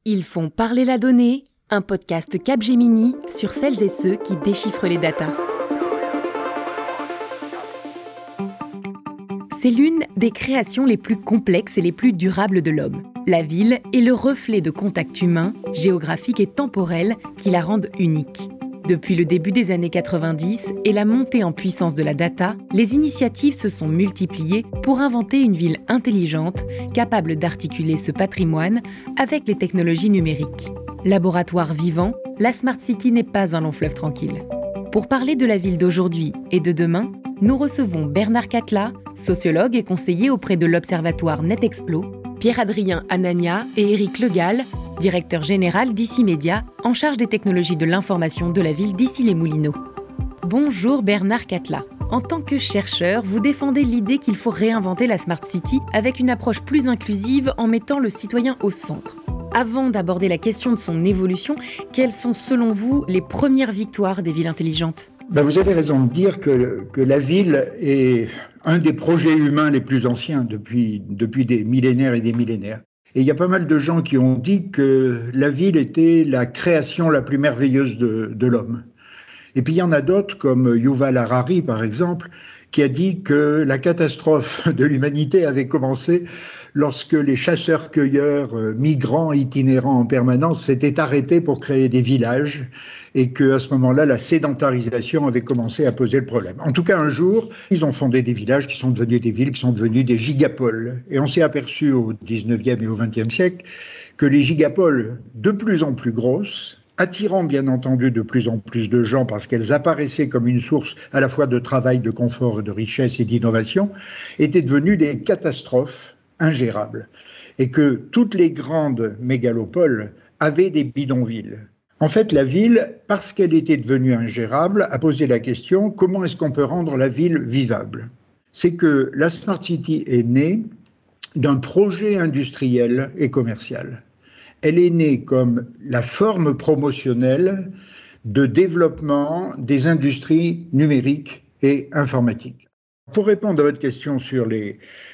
Ils font parler la donnée, un podcast Capgemini sur celles et ceux qui déchiffrent les datas. C'est l'une des créations les plus complexes et les plus durables de l'homme. La ville est le reflet de contacts humains, géographiques et temporels qui la rendent unique. Depuis le début des années 90 et la montée en puissance de la data, les initiatives se sont multipliées pour inventer une ville intelligente, capable d'articuler ce patrimoine avec les technologies numériques. Laboratoire vivant, la Smart City n'est pas un long fleuve tranquille. Pour parler de la ville d'aujourd'hui et de demain, nous recevons Bernard Catla, sociologue et conseiller auprès de l'Observatoire NetExplo, Pierre-Adrien Anania et Éric Legal, directeur général d'Ici-Média, en charge des technologies de l'information de la ville d'Issy-les-Moulineaux. Bonjour Bernard Catla. En tant que chercheur, vous défendez l'idée qu'il faut réinventer la Smart City avec une approche plus inclusive en mettant le citoyen au centre. Avant d'aborder la question de son évolution, quelles sont selon vous les premières victoires des villes intelligentes ? Vous avez raison de dire que la ville est un des projets humains les plus anciens depuis des millénaires et des millénaires. Et il y a pas mal de gens qui ont dit que la ville était la création la plus merveilleuse de l'homme. Et puis il y en a d'autres, comme Yuval Harari par exemple, qui a dit que la catastrophe de l'humanité avait commencé lorsque les chasseurs-cueilleurs migrants itinérants en permanence s'étaient arrêtés pour créer des villages et qu'à ce moment-là, la sédentarisation avait commencé à poser le problème. En tout cas, un jour, ils ont fondé des villages qui sont devenus des villes, qui sont devenus des gigapoles. Et on s'est aperçu au 19e et au 20e siècle que les gigapoles, de plus en plus grosses, attirant bien entendu de plus en plus de gens parce qu'elles apparaissaient comme une source à la fois de travail, de confort, de richesse et d'innovation, étaient devenues des catastrophes ingérables. Et que toutes les grandes mégalopoles avaient des bidonvilles. En fait, la ville, parce qu'elle était devenue ingérable, a posé la question, comment est-ce qu'on peut rendre la ville vivable ? C'est que la Smart City est née d'un projet industriel et commercial. Elle est née comme la forme promotionnelle de développement des industries numériques et informatiques. Pour répondre à votre question sur les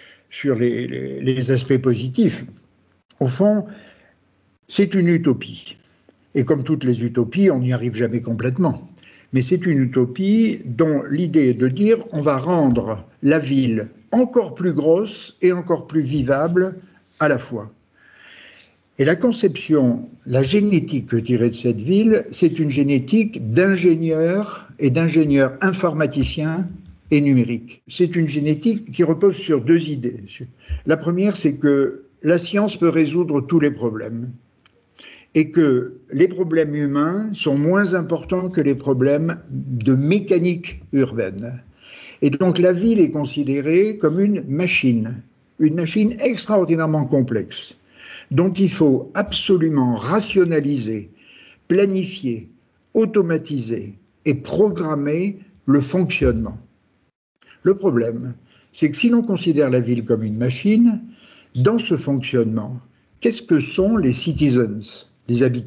aspects positifs, au fond, c'est une utopie. Et comme toutes les utopies, on n'y arrive jamais complètement. Mais c'est une utopie dont l'idée est de dire on va rendre la ville encore plus grosse et encore plus vivable à la fois. Et la conception, la génétique que je dirais de cette ville, c'est une génétique d'ingénieurs et d'ingénieurs informaticiens et numériques. C'est une génétique qui repose sur deux idées. La première, c'est que la science peut résoudre tous les problèmes et que les problèmes humains sont moins importants que les problèmes de mécanique urbaine. Et donc la ville est considérée comme une machine extraordinairement complexe. Donc il faut absolument rationaliser, planifier, automatiser et programmer le fonctionnement. Le problème, c'est que si l'on considère la ville comme une machine, dans ce fonctionnement, qu'est-ce que sont les citizens, les habitants ?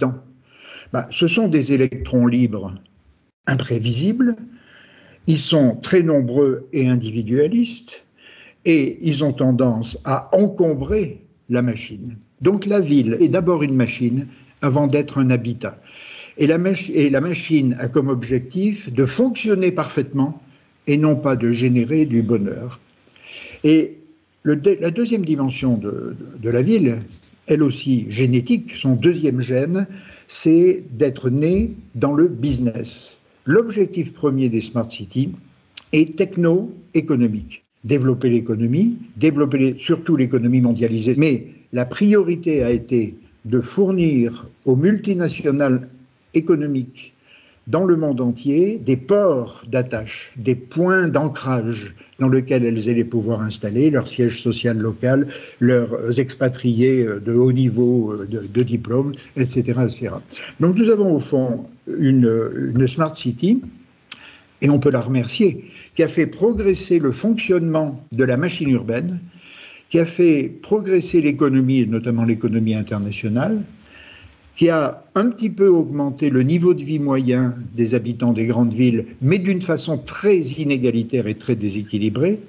Ce sont des électrons libres, imprévisibles, ils sont très nombreux et individualistes, et ils ont tendance à encombrer la machine. Donc la ville est d'abord une machine avant d'être un habitat. Et la machine a comme objectif de fonctionner parfaitement et non pas de générer du bonheur. Et la deuxième dimension de la ville, elle aussi génétique, son deuxième gène, c'est d'être né dans le business. L'objectif premier des Smart Cities est techno-économique. Développer l'économie, surtout l'économie mondialisée. Mais la priorité a été de fournir aux multinationales économiques dans le monde entier des ports d'attache, des points d'ancrage dans lesquels elles allaient pouvoir installer leur siège social local, leurs expatriés de haut niveau de diplôme, etc., etc. Donc nous avons au fond une Smart City, et on peut la remercier, qui a fait progresser le fonctionnement de la machine urbaine, qui a fait progresser l'économie, et notamment l'économie internationale, qui a un petit peu augmenté le niveau de vie moyen des habitants des grandes villes, mais d'une façon très inégalitaire et très déséquilibrée,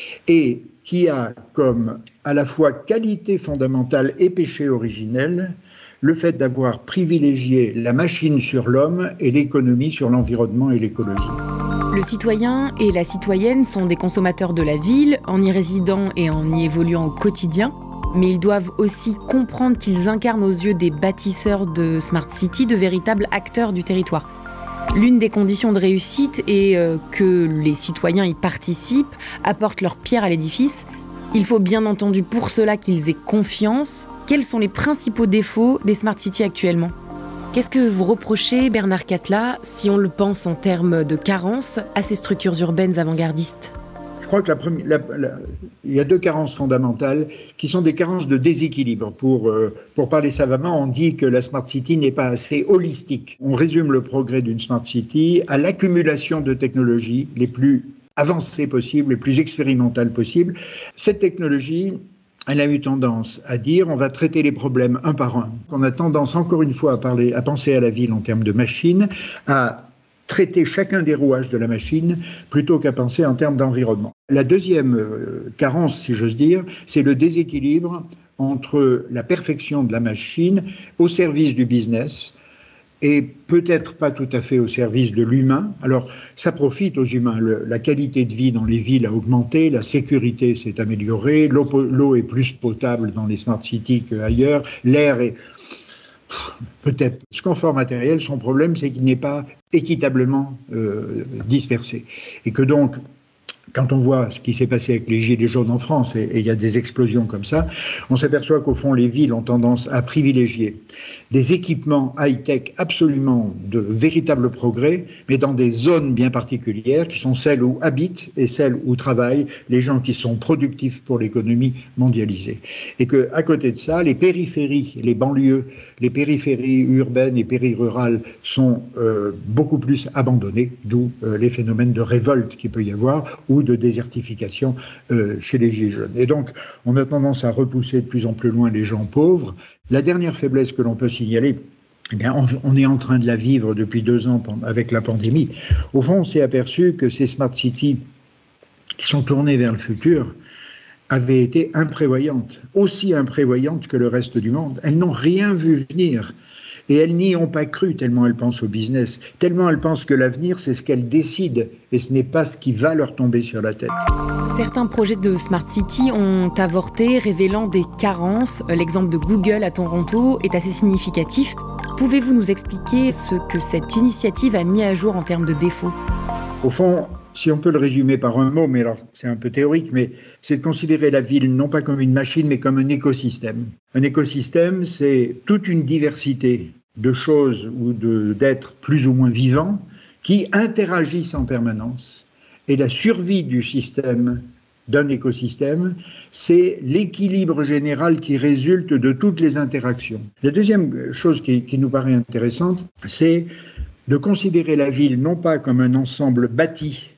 et qui a comme à la fois qualité fondamentale et péché originel le fait d'avoir privilégié la machine sur l'homme et l'économie sur l'environnement et l'écologie. Le citoyen et la citoyenne sont des consommateurs de la ville, en y résidant et en y évoluant au quotidien. Mais ils doivent aussi comprendre qu'ils incarnent aux yeux des bâtisseurs de Smart City de véritables acteurs du territoire. L'une des conditions de réussite est que les citoyens y participent, apportent leur pierre à l'édifice. Il faut bien entendu pour cela qu'ils aient confiance. Quels sont les principaux défauts des Smart City actuellement ? Qu'est-ce que vous reprochez, Bernard Catla, si on le pense en termes de carence, à ces structures urbaines avant-gardistes ? Je crois que il y a deux carences fondamentales qui sont des carences de déséquilibre. Pour parler savamment, on dit que la Smart City n'est pas assez holistique. On résume le progrès d'une Smart City à l'accumulation de technologies les plus avancées possibles, les plus expérimentales possibles. Cette technologie, elle a eu tendance à dire on va traiter les problèmes un par un. On a tendance encore une fois à penser à la ville en termes de machines, à traiter chacun des rouages de la machine plutôt qu'à penser en termes d'environnement. La deuxième carence, si j'ose dire, c'est le déséquilibre entre la perfection de la machine au service du business et peut-être pas tout à fait au service de l'humain. Alors, ça profite aux humains. La qualité de vie dans les villes a augmenté, la sécurité s'est améliorée, l'eau est plus potable dans les smart cities qu'ailleurs, l'air est peut-être ce confort matériel. Son problème, c'est qu'il n'est pas équitablement dispersé. Et que donc, quand on voit ce qui s'est passé avec les gilets jaunes en France, et il y a des explosions comme ça, on s'aperçoit qu'au fond, les villes ont tendance à privilégier des équipements high-tech absolument de véritables progrès, mais dans des zones bien particulières, qui sont celles où habitent et celles où travaillent les gens qui sont productifs pour l'économie mondialisée. Et qu'à côté de ça, les périphéries, les banlieues, les périphéries urbaines et périrurales sont beaucoup plus abandonnées, d'où les phénomènes de révolte qu'il peut y avoir, ou de désertification chez les gilets jaunes. Et donc, on a tendance à repousser de plus en plus loin les gens pauvres. La dernière faiblesse que l'on peut signaler, eh bien, on est en train de la vivre depuis 2 ans avec la pandémie. Au fond, on s'est aperçu que ces smart cities qui sont tournées vers le futur avaient été imprévoyantes, aussi imprévoyantes que le reste du monde. Elles n'ont rien vu venir. Et elles n'y ont pas cru tellement elles pensent au business, tellement elles pensent que l'avenir, c'est ce qu'elles décident et ce n'est pas ce qui va leur tomber sur la tête. Certains projets de Smart City ont avorté, révélant des carences. L'exemple de Google à Toronto est assez significatif. Pouvez-vous nous expliquer ce que cette initiative a mis à jour en termes de défauts ? Au fond, si on peut le résumer par un mot, mais alors c'est un peu théorique, mais c'est de considérer la ville non pas comme une machine, mais comme un écosystème. Un écosystème, c'est toute une diversité de choses ou d'êtres plus ou moins vivants qui interagissent en permanence. Et la survie du système, d'un écosystème, c'est l'équilibre général qui résulte de toutes les interactions. La deuxième chose qui nous paraît intéressante, c'est de considérer la ville non pas comme un ensemble bâti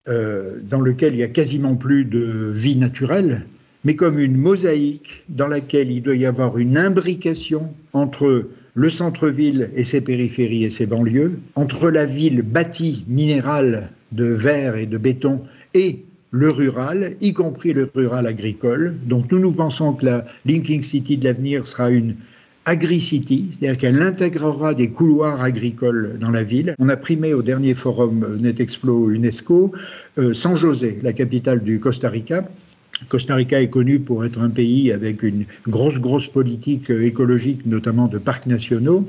dans lequel il y a quasiment plus de vie naturelle, mais comme une mosaïque dans laquelle il doit y avoir une imbrication entre le centre-ville et ses périphéries et ses banlieues, entre la ville bâtie minérale de verre et de béton et le rural, y compris le rural agricole. Donc nous pensons que la Linking City de l'avenir sera une Agri-City, c'est-à-dire qu'elle intégrera des couloirs agricoles dans la ville. On a primé au dernier forum NetExplo UNESCO San José, la capitale du Costa Rica. Costa Rica est connu pour être un pays avec une grosse politique écologique, notamment de parcs nationaux.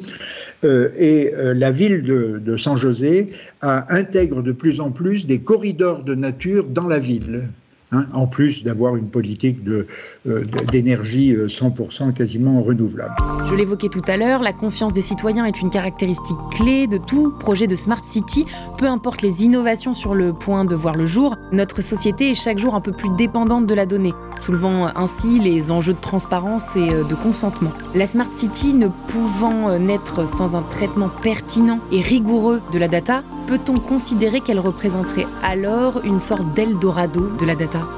La ville de San José intègre de plus en plus des corridors de nature dans la ville. En plus d'avoir une politique d'énergie 100% quasiment renouvelable. Je l'évoquais tout à l'heure, la confiance des citoyens est une caractéristique clé de tout projet de Smart City. Peu importe les innovations sur le point de voir le jour, notre société est chaque jour un peu plus dépendante de la donnée, soulevant ainsi les enjeux de transparence et de consentement. La Smart City ne pouvant naître sans un traitement pertinent et rigoureux de la data, peut-on considérer qu'elle représenterait alors une sorte d'Eldorado de la data ?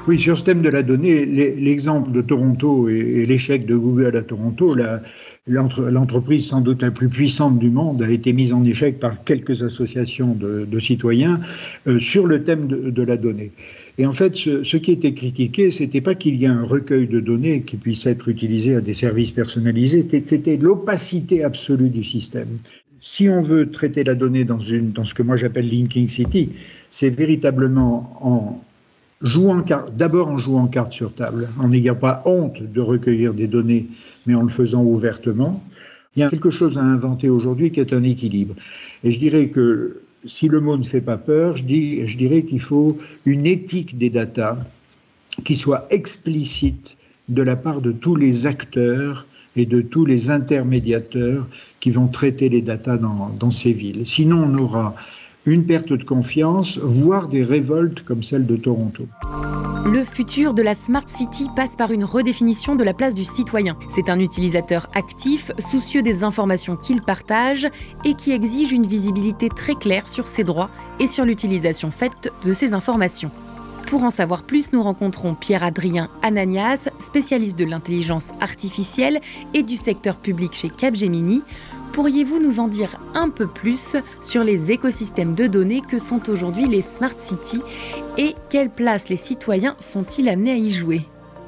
Oui, sur ce thème de la donnée, l'exemple de Toronto et l'échec de Google à Toronto, l'entreprise sans doute la plus puissante du monde a été mise en échec par quelques associations de citoyens sur le thème de la donnée. Et en fait, ce qui était critiqué, c'était pas qu'il y ait un recueil de données qui puisse être utilisé à des services personnalisés, c'était l'opacité absolue du système. Si on veut traiter la donnée dans ce que moi j'appelle Linking City, c'est véritablement d'abord en jouant carte sur table, en n'ayant pas honte de recueillir des données, mais en le faisant ouvertement. Il y a quelque chose à inventer aujourd'hui qui est un équilibre. Et je dirais que si le mot ne fait pas peur, je dirais qu'il faut une éthique des datas qui soit explicite de la part de tous les acteurs et de tous les intermédiateurs qui vont traiter les datas dans ces villes. Sinon, on aura une perte de confiance, voire des révoltes comme celle de Toronto. Le futur de la Smart City passe par une redéfinition de la place du citoyen. C'est un utilisateur actif, soucieux des informations qu'il partage et qui exige une visibilité très claire sur ses droits et sur l'utilisation faite de ces informations. Pour en savoir plus, nous rencontrons Pierre-Adrien Ananias, spécialiste de l'intelligence artificielle et du secteur public chez Capgemini. Pourriez-vous nous en dire un peu plus sur les écosystèmes de données que sont aujourd'hui les Smart Cities et quelle place les citoyens sont-ils amenés à y jouer ?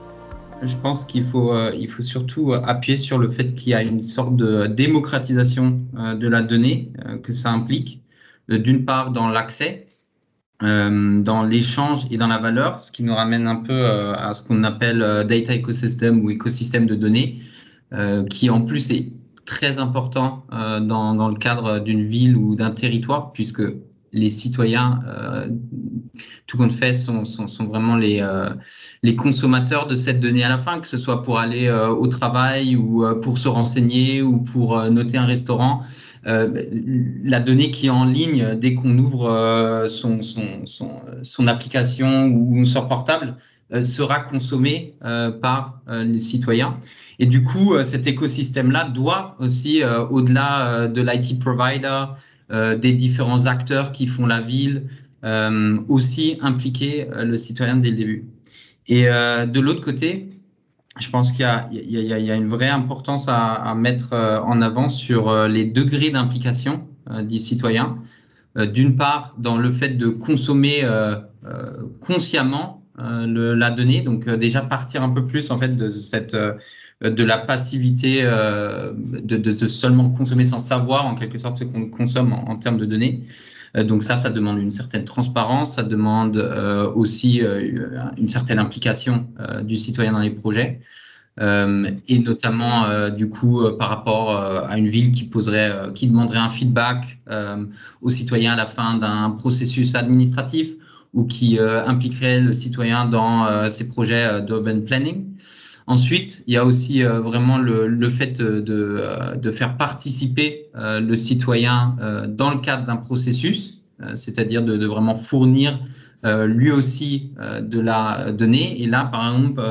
Je pense qu'il faut surtout appuyer sur le fait qu'il y a une sorte de démocratisation de la donnée que ça implique, d'une part dans l'accès, dans l'échange et dans la valeur, ce qui nous ramène un peu à ce qu'on appelle data ecosystem ou écosystème de données, qui en plus est très important dans le cadre d'une ville ou d'un territoire, puisque les citoyens, tout compte fait, sont vraiment les consommateurs de cette donnée à la fin, que ce soit pour aller au travail ou pour se renseigner ou pour noter un restaurant. La donnée qui est en ligne, dès qu'on ouvre son application ou son portable, sera consommée par les citoyens. Et du coup, cet écosystème-là doit aussi, au-delà de l'IT provider, des différents acteurs qui font la ville, aussi impliquer le citoyen dès le début. Et de l'autre côté, je pense qu'il y a une vraie importance à mettre en avant sur les degrés d'implication des citoyens. D'une part, dans le fait de consommer consciemment la donnée, donc déjà partir un peu plus en fait de la passivité, de seulement consommer sans savoir en quelque sorte ce qu'on consomme en termes de données. Donc ça demande une certaine transparence, ça demande aussi une certaine implication du citoyen dans les projets. Et notamment du coup par rapport à une ville qui demanderait un feedback aux citoyens à la fin d'un processus administratif ou qui impliquerait le citoyen dans ses projets d'urban planning. Ensuite, il y a aussi vraiment le fait de faire participer le citoyen dans le cadre d'un processus, c'est-à-dire de vraiment fournir lui aussi de la donnée. Et là, par exemple,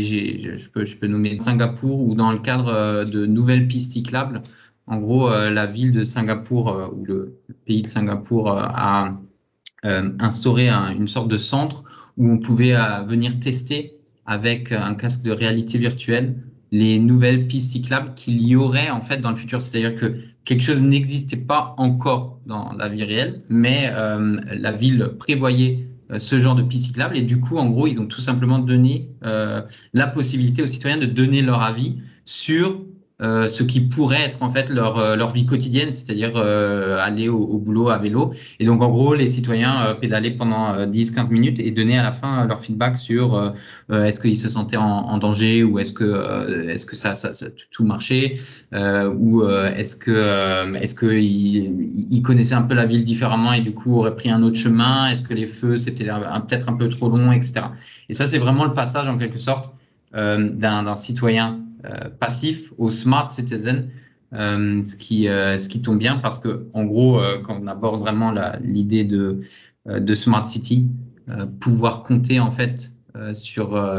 je peux nommer Singapour ou dans le cadre de nouvelles pistes cyclables. En gros, la ville de Singapour ou le pays de Singapour a instauré une sorte de centre où on pouvait venir tester avec un casque de réalité virtuelle les nouvelles pistes cyclables qu'il y aurait en fait dans le futur. C'est-à-dire que quelque chose n'existait pas encore dans la vie réelle, mais la ville prévoyait ce genre de pistes cyclables et du coup, en gros, ils ont tout simplement donné la possibilité aux citoyens de donner leur avis sur ce qui pourrait être en fait leur vie quotidienne, c'est-à-dire aller au boulot à vélo. Et donc en gros, les citoyens pédalaient pendant 10-15 minutes et donnaient à la fin leur feedback sur est-ce qu'ils se sentaient en danger ou est-ce que ça tout marchait ou est-ce que ils connaissaient un peu la ville différemment et du coup auraient pris un autre chemin, est-ce que les feux c'était peut-être un peu trop long, etc. Et ça c'est vraiment le passage en quelque sorte d'un citoyen passif au smart citizen, ce qui tombe bien parce que en gros quand on aborde vraiment l'idée de smart city, pouvoir compter en fait sur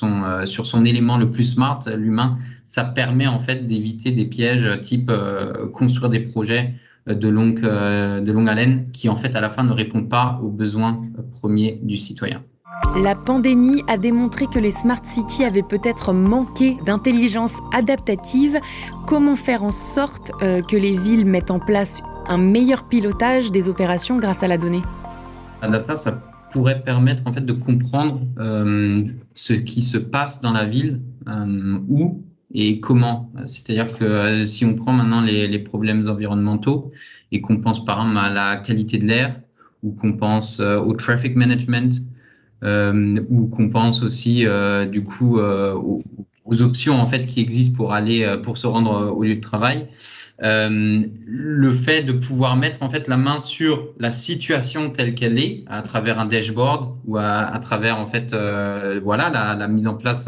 son élément le plus smart, l'humain, ça permet en fait d'éviter des pièges type construire des projets de longue haleine qui en fait à la fin ne répondent pas aux besoins premiers du citoyen. La pandémie a démontré que les smart cities avaient peut-être manqué d'intelligence adaptative. Comment faire en sorte que les villes mettent en place un meilleur pilotage des opérations grâce à la donnée ? La data, ça pourrait permettre en fait de comprendre ce qui se passe dans la ville, où et comment. C'est-à-dire que si on prend maintenant les problèmes environnementaux et qu'on pense par exemple à la qualité de l'air, ou qu'on pense au traffic management, ou qu'on pense aussi aux options en fait qui existent pour se rendre au lieu de travail, le fait de pouvoir mettre en fait la main sur la situation telle qu'elle est à travers un dashboard ou à travers en fait la mise en place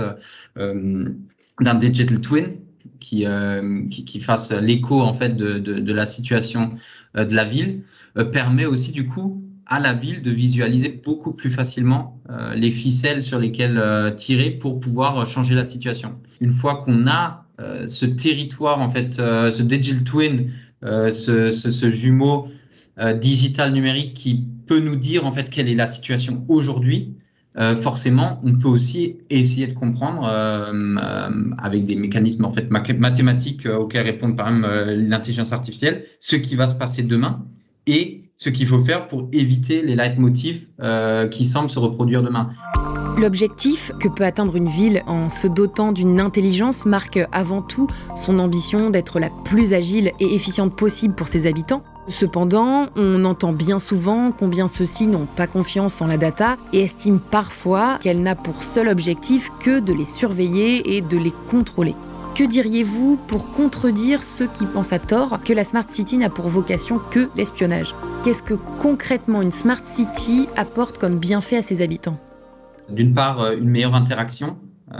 d'un digital twin qui fasse l'écho en fait de la situation de la ville, permet aussi du coup à la ville de visualiser beaucoup plus facilement les ficelles sur lesquelles tirer pour pouvoir changer la situation. Une fois qu'on a ce territoire, en fait, ce digital twin, ce jumeau digital numérique qui peut nous dire en fait quelle est la situation aujourd'hui, forcément, on peut aussi essayer de comprendre avec des mécanismes en fait mathématiques auxquels répondent par exemple l'intelligence artificielle, ce qui va se passer demain et ce qu'il faut faire pour éviter les leitmotifs qui semblent se reproduire demain. L'objectif que peut atteindre une ville en se dotant d'une intelligence marque avant tout son ambition d'être la plus agile et efficiente possible pour ses habitants. Cependant, on entend bien souvent combien ceux-ci n'ont pas confiance en la data et estiment parfois qu'elle n'a pour seul objectif que de les surveiller et de les contrôler. Que diriez-vous pour contredire ceux qui pensent à tort que la Smart City n'a pour vocation que l'espionnage ? Qu'est-ce que concrètement une Smart City apporte comme bienfait à ses habitants ? D'une part, une meilleure interaction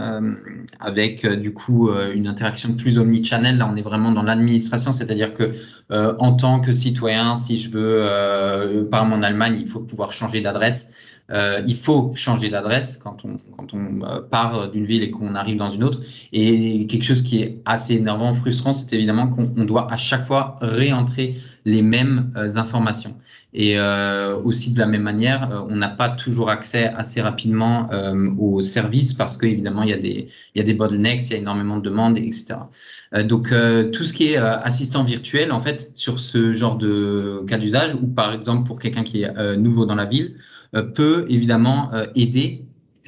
avec une interaction plus omnichannel. Là, on est vraiment dans l'administration, c'est-à-dire que en tant que citoyen, si je veux, par exemple en Allemagne, il faut pouvoir changer d'adresse. Il faut changer d'adresse quand on part d'une ville et qu'on arrive dans une autre. Et quelque chose qui est assez énervant, frustrant, c'est évidemment qu'on doit à chaque fois réentrer les mêmes informations. Et aussi de la même manière, on n'a pas toujours accès assez rapidement aux services parce qu'évidemment, il y a des bottlenecks, il y a énormément de demandes, etc. Donc, tout ce qui est assistant virtuel, en fait, sur ce genre de cas d'usage, ou par exemple pour quelqu'un qui est nouveau dans la ville, peut évidemment aider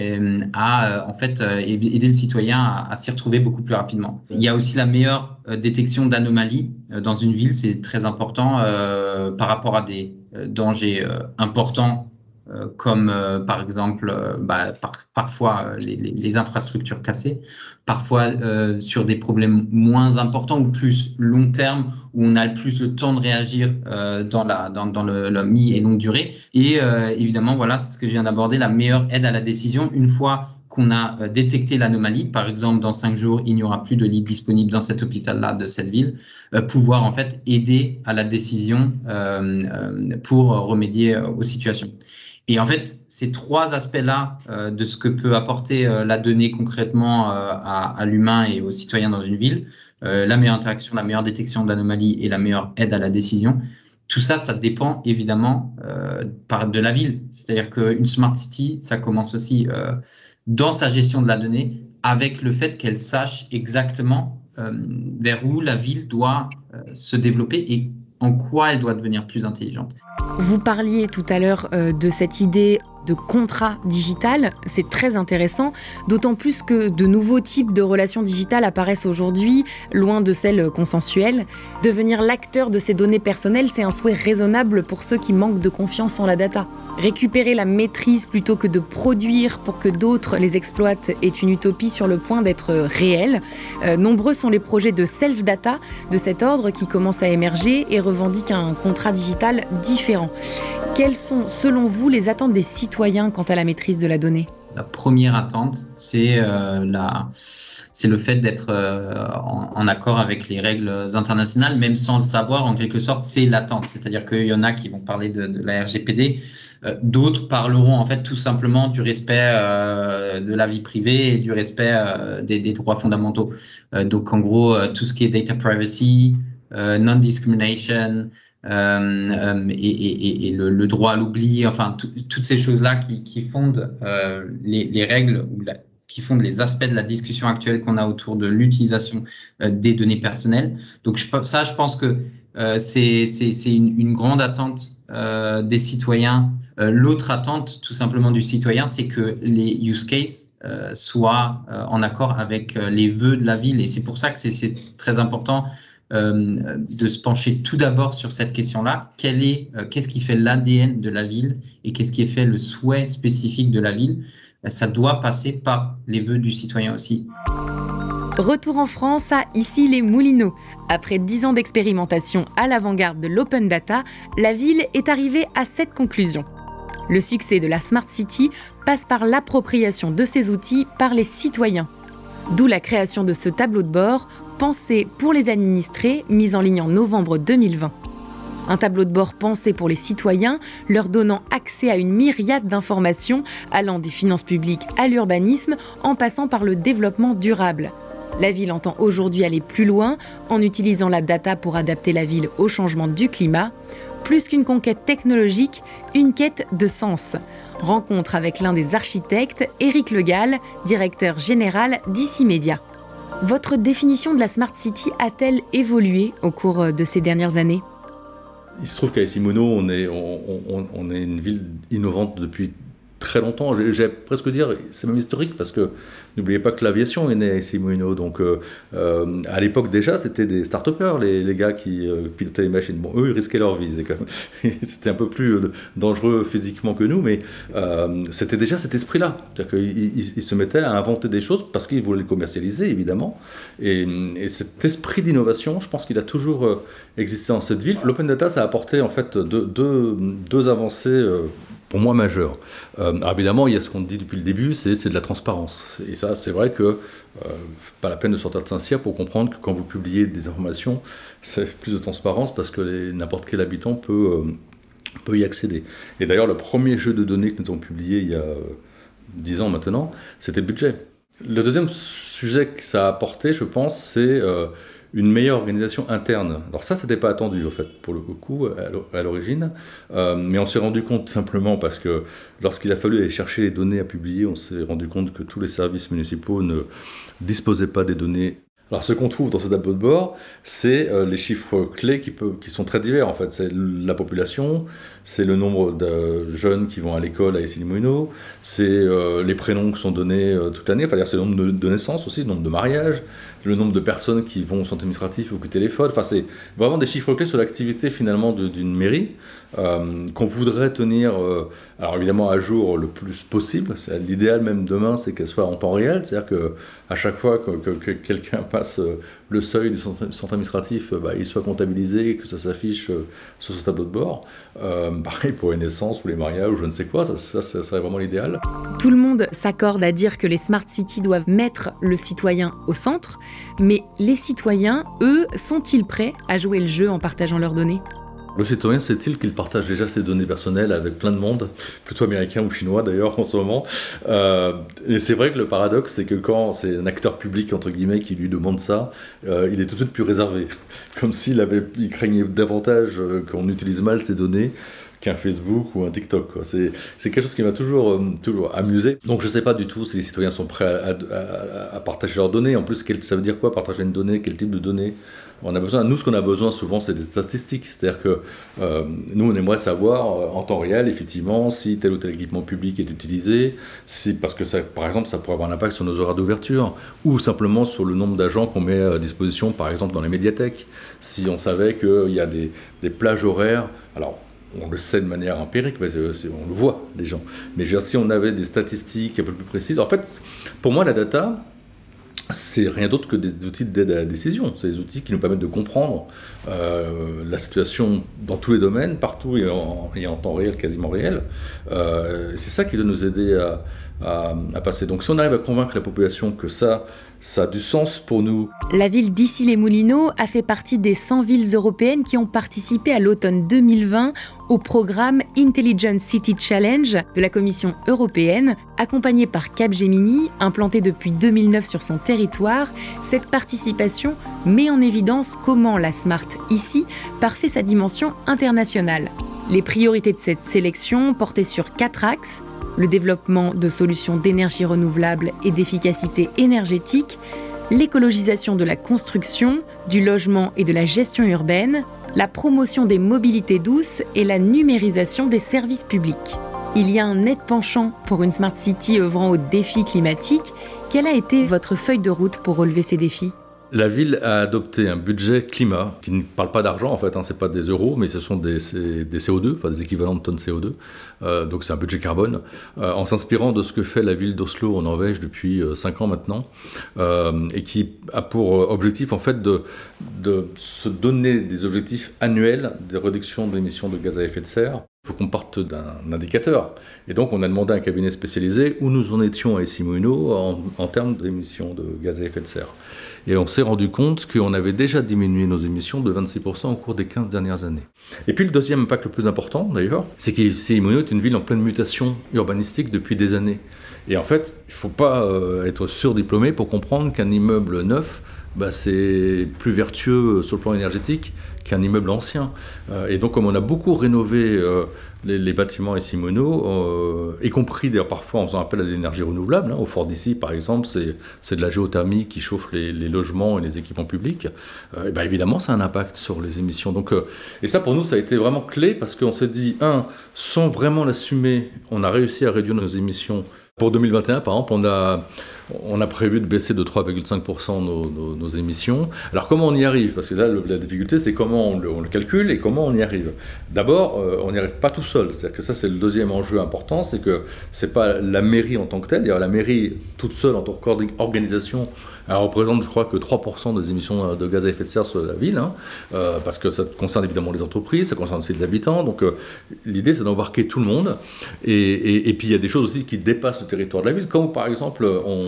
aider le citoyen à s'y retrouver beaucoup plus rapidement. Il y a aussi la meilleure détection d'anomalies dans une ville, c'est très important par rapport à des dangers importants comme par exemple parfois les infrastructures cassées, parfois sur des problèmes moins importants ou plus long terme où on a plus le temps de réagir dans le mi- et longue durée. Et évidemment, voilà, c'est ce que je viens d'aborder, la meilleure aide à la décision. Une fois qu'on a détecté l'anomalie, par exemple, dans 5 jours, il n'y aura plus de lit disponible dans cet hôpital-là de cette ville, pouvoir en fait aider à la décision pour remédier aux situations. Et en fait, ces trois aspects-là de ce que peut apporter la donnée concrètement à l'humain et aux citoyens dans une ville, la meilleure interaction, la meilleure détection d'anomalies et la meilleure aide à la décision, tout ça, ça dépend évidemment de la ville. C'est-à-dire qu'une smart city, ça commence aussi dans sa gestion de la donnée avec le fait qu'elle sache exactement vers où la ville doit se développer et en quoi elle doit devenir plus intelligente. Vous parliez tout à l'heure de cette idée de contrat digital, c'est très intéressant, d'autant plus que de nouveaux types de relations digitales apparaissent aujourd'hui, loin de celles consensuelles. Devenir l'acteur de ces données personnelles, c'est un souhait raisonnable pour ceux qui manquent de confiance en la data. Récupérer la maîtrise plutôt que de produire pour que d'autres les exploitent est une utopie sur le point d'être réelle. Nombreux sont les projets de self-data de cet ordre qui commencent à émerger et revendiquent un contrat digital différent. Quelles sont, selon vous, les attentes des citoyens quant à la maîtrise de la donnée ? La première attente, c'est le fait d'être en accord avec les règles internationales, même sans le savoir, en quelque sorte, c'est l'attente. C'est-à-dire qu'il y en a qui vont parler de la RGPD, d'autres parleront en fait tout simplement du respect de la vie privée et du respect des droits fondamentaux. Donc en gros, tout ce qui est data privacy, non-discrimination, et le droit à l'oubli, enfin toutes ces choses-là qui fondent les règles ou qui fondent les aspects de la discussion actuelle qu'on a autour de l'utilisation des données personnelles. Donc je pense que c'est une grande attente des citoyens. L'autre attente, tout simplement, du citoyen, c'est que les use cases soient en accord avec les vœux de la ville. Et c'est pour ça que c'est très important de se pencher tout d'abord sur cette question-là. Qu'est-ce qui fait l'ADN de la ville et qu'est-ce qui fait le souhait spécifique de la ville? Ça doit passer par les vœux du citoyen aussi. Retour en France à Issy-les-Moulineaux. Après 10 ans d'expérimentation à l'avant-garde de l'open data, la ville est arrivée à cette conclusion. Le succès de la Smart City passe par l'appropriation de ces outils par les citoyens. D'où la création de ce tableau de bord, pensé pour les administrés, mis en ligne en novembre 2020. Un tableau de bord pensé pour les citoyens, leur donnant accès à une myriade d'informations allant des finances publiques à l'urbanisme, en passant par le développement durable. La ville entend aujourd'hui aller plus loin en utilisant la data pour adapter la ville au changement du climat. Plus qu'une conquête technologique, une quête de sens. Rencontre avec l'un des architectes, Éric Le Gall, directeur général d'Issy Média. Votre définition de la Smart City a-t-elle évolué au cours de ces dernières années ? Il se trouve qu'à Issy-Moulineaux, on est une ville innovante depuis très longtemps. J'ai presque dire, c'est même historique, parce que n'oubliez pas que l'aviation est née à Issy-Moulineaux. Donc, à l'époque déjà, c'était des start-upers, les gars qui pilotaient les machines. Bon, eux, ils risquaient leur vie. C'était un peu plus dangereux physiquement que nous, mais c'était déjà cet esprit-là. C'est-à-dire qu'ils se mettaient à inventer des choses parce qu'ils voulaient les commercialiser, évidemment. Et cet esprit d'innovation, je pense qu'il a toujours existé dans cette ville. L'open data, ça a apporté en fait deux avancées pour moi majeures. Alors évidemment, il y a ce qu'on dit depuis le début, c'est de la transparence. Et ça, c'est vrai que pas la peine de sortir de Saint-Cyr pour comprendre que quand vous publiez des informations, c'est plus de transparence parce que n'importe quel habitant peut y accéder. Et d'ailleurs, le premier jeu de données que nous avons publié il y a 10 ans maintenant, c'était le budget. Le deuxième sujet que ça a apporté, je pense, c'est une meilleure organisation interne. Alors ça, c'était pas attendu, en fait, pour le coup, à l'origine. Mais on s'est rendu compte simplement parce que lorsqu'il a fallu aller chercher les données à publier, on s'est rendu compte que tous les services municipaux ne disposaient pas des données. Alors ce qu'on trouve dans ce tableau de bord, c'est les chiffres clés qui sont très divers, en fait. C'est la population, c'est le nombre de jeunes qui vont à l'école à Issy-les-Moulineaux, c'est les prénoms qui sont donnés toute l'année, enfin, c'est le nombre de naissances aussi, le nombre de mariages, le nombre de personnes qui vont au centre administratif ou qui téléphonent. Enfin, c'est vraiment des chiffres clés sur l'activité finalement d'une mairie qu'on voudrait tenir, alors évidemment à jour le plus possible. L'idéal même demain, c'est qu'elle soit en temps réel, c'est-à-dire qu'à chaque fois que quelqu'un passe le seuil du centre administratif, il soit comptabilisé, que ça s'affiche sur ce tableau de bord. Pareil pour les naissances, pour les mariages ou je ne sais quoi, ça serait vraiment l'idéal. Tout le monde s'accorde à dire que les Smart Cities doivent mettre le citoyen au centre, mais les citoyens, eux, sont-ils prêts à jouer le jeu en partageant leurs données ? Le citoyen sait-il qu'il partage déjà ses données personnelles avec plein de monde, plutôt américain ou chinois d'ailleurs en ce moment. Et c'est vrai que le paradoxe, c'est que quand c'est un acteur public, entre guillemets, qui lui demande ça, il est tout de suite plus réservé. Comme il craignait davantage qu'on utilise mal ses données qu'un Facebook ou un TikTok, quoi. C'est quelque chose qui m'a toujours amusé. Donc je ne sais pas du tout si les citoyens sont prêts à partager leurs données. En plus, ça veut dire quoi, partager une donnée? Quel type de données on a besoin? Nous, ce qu'on a besoin souvent, c'est des statistiques. C'est-à-dire que nous, on aimerait savoir en temps réel, effectivement, si tel ou tel équipement public est utilisé, parce que ça, par exemple, ça pourrait avoir un impact sur nos horaires d'ouverture, ou simplement sur le nombre d'agents qu'on met à disposition, par exemple, dans les médiathèques. Si on savait qu'il y a des plages horaires, alors on le sait de manière empirique, mais on le voit, les gens. Mais si on avait des statistiques un peu plus précises, en fait, pour moi, la data, c'est rien d'autre que des outils d'aide à la décision. C'est des outils qui nous permettent de comprendre la situation dans tous les domaines, partout et en temps réel, quasiment réel. C'est ça qui doit nous aider à passer. Donc si on arrive à convaincre la population que ça a du sens pour nous. La ville d'Issy-les-Moulineaux a fait partie des 100 villes européennes qui ont participé à l'automne 2020 au programme Intelligent City Challenge de la Commission européenne. Accompagnée par Capgemini, implantée depuis 2009 sur son territoire, cette participation met en évidence comment la Smart Issy parfait sa dimension internationale. Les priorités de cette sélection portaient sur 4 axes: le développement de solutions d'énergie renouvelable et d'efficacité énergétique, l'écologisation de la construction, du logement et de la gestion urbaine, la promotion des mobilités douces et la numérisation des services publics. Il y a un net penchant pour une Smart City œuvrant aux défis climatiques. Quelle a été votre feuille de route pour relever ces défis ? La ville a adopté un budget climat qui ne parle pas d'argent en fait, c'est pas des euros, mais ce sont des CO2, enfin des équivalents de tonnes CO2. Donc c'est un budget carbone, en s'inspirant de ce que fait la ville d'Oslo en Norvège depuis 5 ans maintenant, et qui a pour objectif en fait de se donner des objectifs annuels de réduction d'émissions de gaz à effet de serre. Il faut qu'on parte d'un indicateur. Et donc, on a demandé à un cabinet spécialisé où nous en étions à Issy-les-Moulineaux en termes d'émissions de gaz à effet de serre. Et on s'est rendu compte qu'on avait déjà diminué nos émissions de 26% au cours des 15 dernières années. Et puis, le deuxième impact le plus important, d'ailleurs, c'est qu'Issy-les-Moulineaux est une ville en pleine mutation urbanistique depuis des années. Et en fait, il ne faut pas être surdiplômé pour comprendre qu'un immeuble neuf, c'est plus vertueux sur le plan énergétique qu'un immeuble ancien. Et donc, comme on a beaucoup rénové les bâtiments Issy-les-Moulineaux, y compris d'ailleurs parfois en faisant appel à l'énergie renouvelable, au Fort d'Issy par exemple, c'est de la géothermie qui chauffe les logements et les équipements publics, et évidemment ça a un impact sur les émissions. Donc, et ça pour nous ça a été vraiment clé parce qu'on s'est dit, sans vraiment l'assumer, on a réussi à réduire nos émissions. Pour 2021 par exemple, on a prévu de baisser de 3,5% nos émissions. Alors comment on y arrive ? Parce que là, la difficulté, c'est comment on le calcule et comment on y arrive. D'abord, on n'y arrive pas tout seul. C'est-à-dire que ça, c'est le deuxième enjeu important, c'est que c'est pas la mairie en tant que telle. D'ailleurs, la mairie toute seule en tant qu'organisation, elle représente, je crois, que 3% des émissions de gaz à effet de serre sur la ville, parce que ça concerne évidemment les entreprises, ça concerne aussi les habitants. Donc l'idée, c'est d'embarquer tout le monde. Et puis il y a des choses aussi qui dépassent le territoire de la ville, comme par exemple,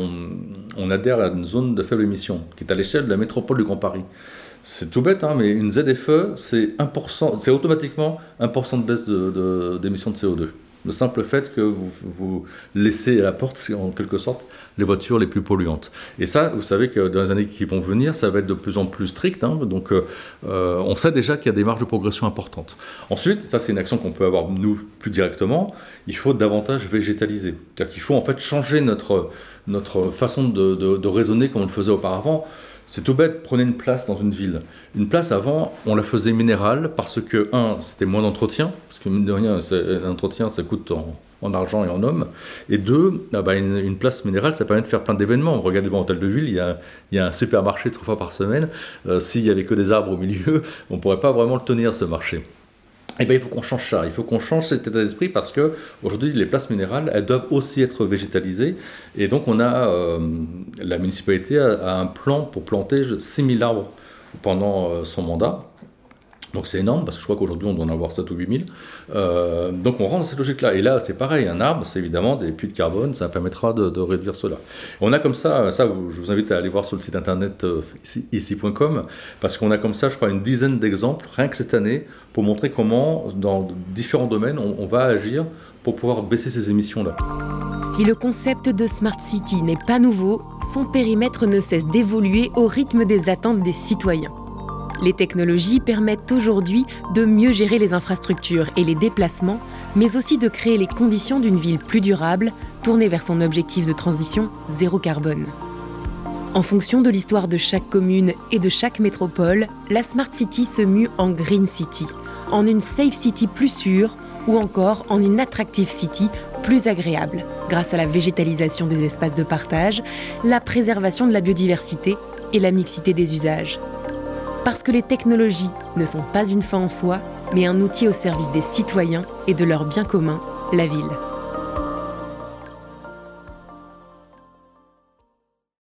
on adhère à une zone de faible émission, qui est à l'échelle de la métropole du Grand Paris. C'est tout bête, mais une ZFE, c'est 1%, c'est automatiquement 1% de baisse d'émissions de CO2. Le simple fait que vous laissez à la porte, c'est en quelque sorte, les voitures les plus polluantes. Et ça, vous savez que dans les années qui vont venir, ça va être de plus en plus strict. Donc, on sait déjà qu'il y a des marges de progression importantes. Ensuite, ça, c'est une action qu'on peut avoir, nous, plus directement. Il faut davantage végétaliser. C'est-à-dire qu'il faut, en fait, changer notre façon de raisonner comme on le faisait auparavant. C'est tout bête, prenez une place dans une ville. Une place avant, on la faisait minérale parce que, c'était moins d'entretien, parce que mine de rien, l'entretien, ça coûte en argent et en hommes. Et deux, une place minérale, ça permet de faire plein d'événements. Regardez devant Hôtel de Ville, il y a un supermarché 3 fois par semaine. S'il n'y avait que des arbres au milieu, on ne pourrait pas vraiment le tenir, ce marché. Il faut qu'on change ça, il faut qu'on change cet état d'esprit parce que aujourd'hui les places minérales, elles doivent aussi être végétalisées et donc la municipalité a un plan pour planter 6000 arbres pendant son mandat. Donc c'est énorme parce que je crois qu'aujourd'hui on doit en avoir 7 ou 8 000. Donc on rentre dans cette logique-là. Et là c'est pareil, un arbre c'est évidemment des puits de carbone, ça permettra de réduire cela. On a comme ça, je vous invite à aller voir sur le site internet issy.com parce qu'on a comme ça je crois une dizaine d'exemples rien que cette année pour montrer comment dans différents domaines on va agir pour pouvoir baisser ces émissions-là. Si le concept de Smart City n'est pas nouveau, son périmètre ne cesse d'évoluer au rythme des attentes des citoyens. Les technologies permettent aujourd'hui de mieux gérer les infrastructures et les déplacements, mais aussi de créer les conditions d'une ville plus durable, tournée vers son objectif de transition zéro carbone. En fonction de l'histoire de chaque commune et de chaque métropole, la Smart City se mue en Green City, en une Safe City plus sûre ou encore en une Attractive City plus agréable, grâce à la végétalisation des espaces de partage, la préservation de la biodiversité et la mixité des usages. Parce que les technologies ne sont pas une fin en soi, mais un outil au service des citoyens et de leur bien commun, la ville.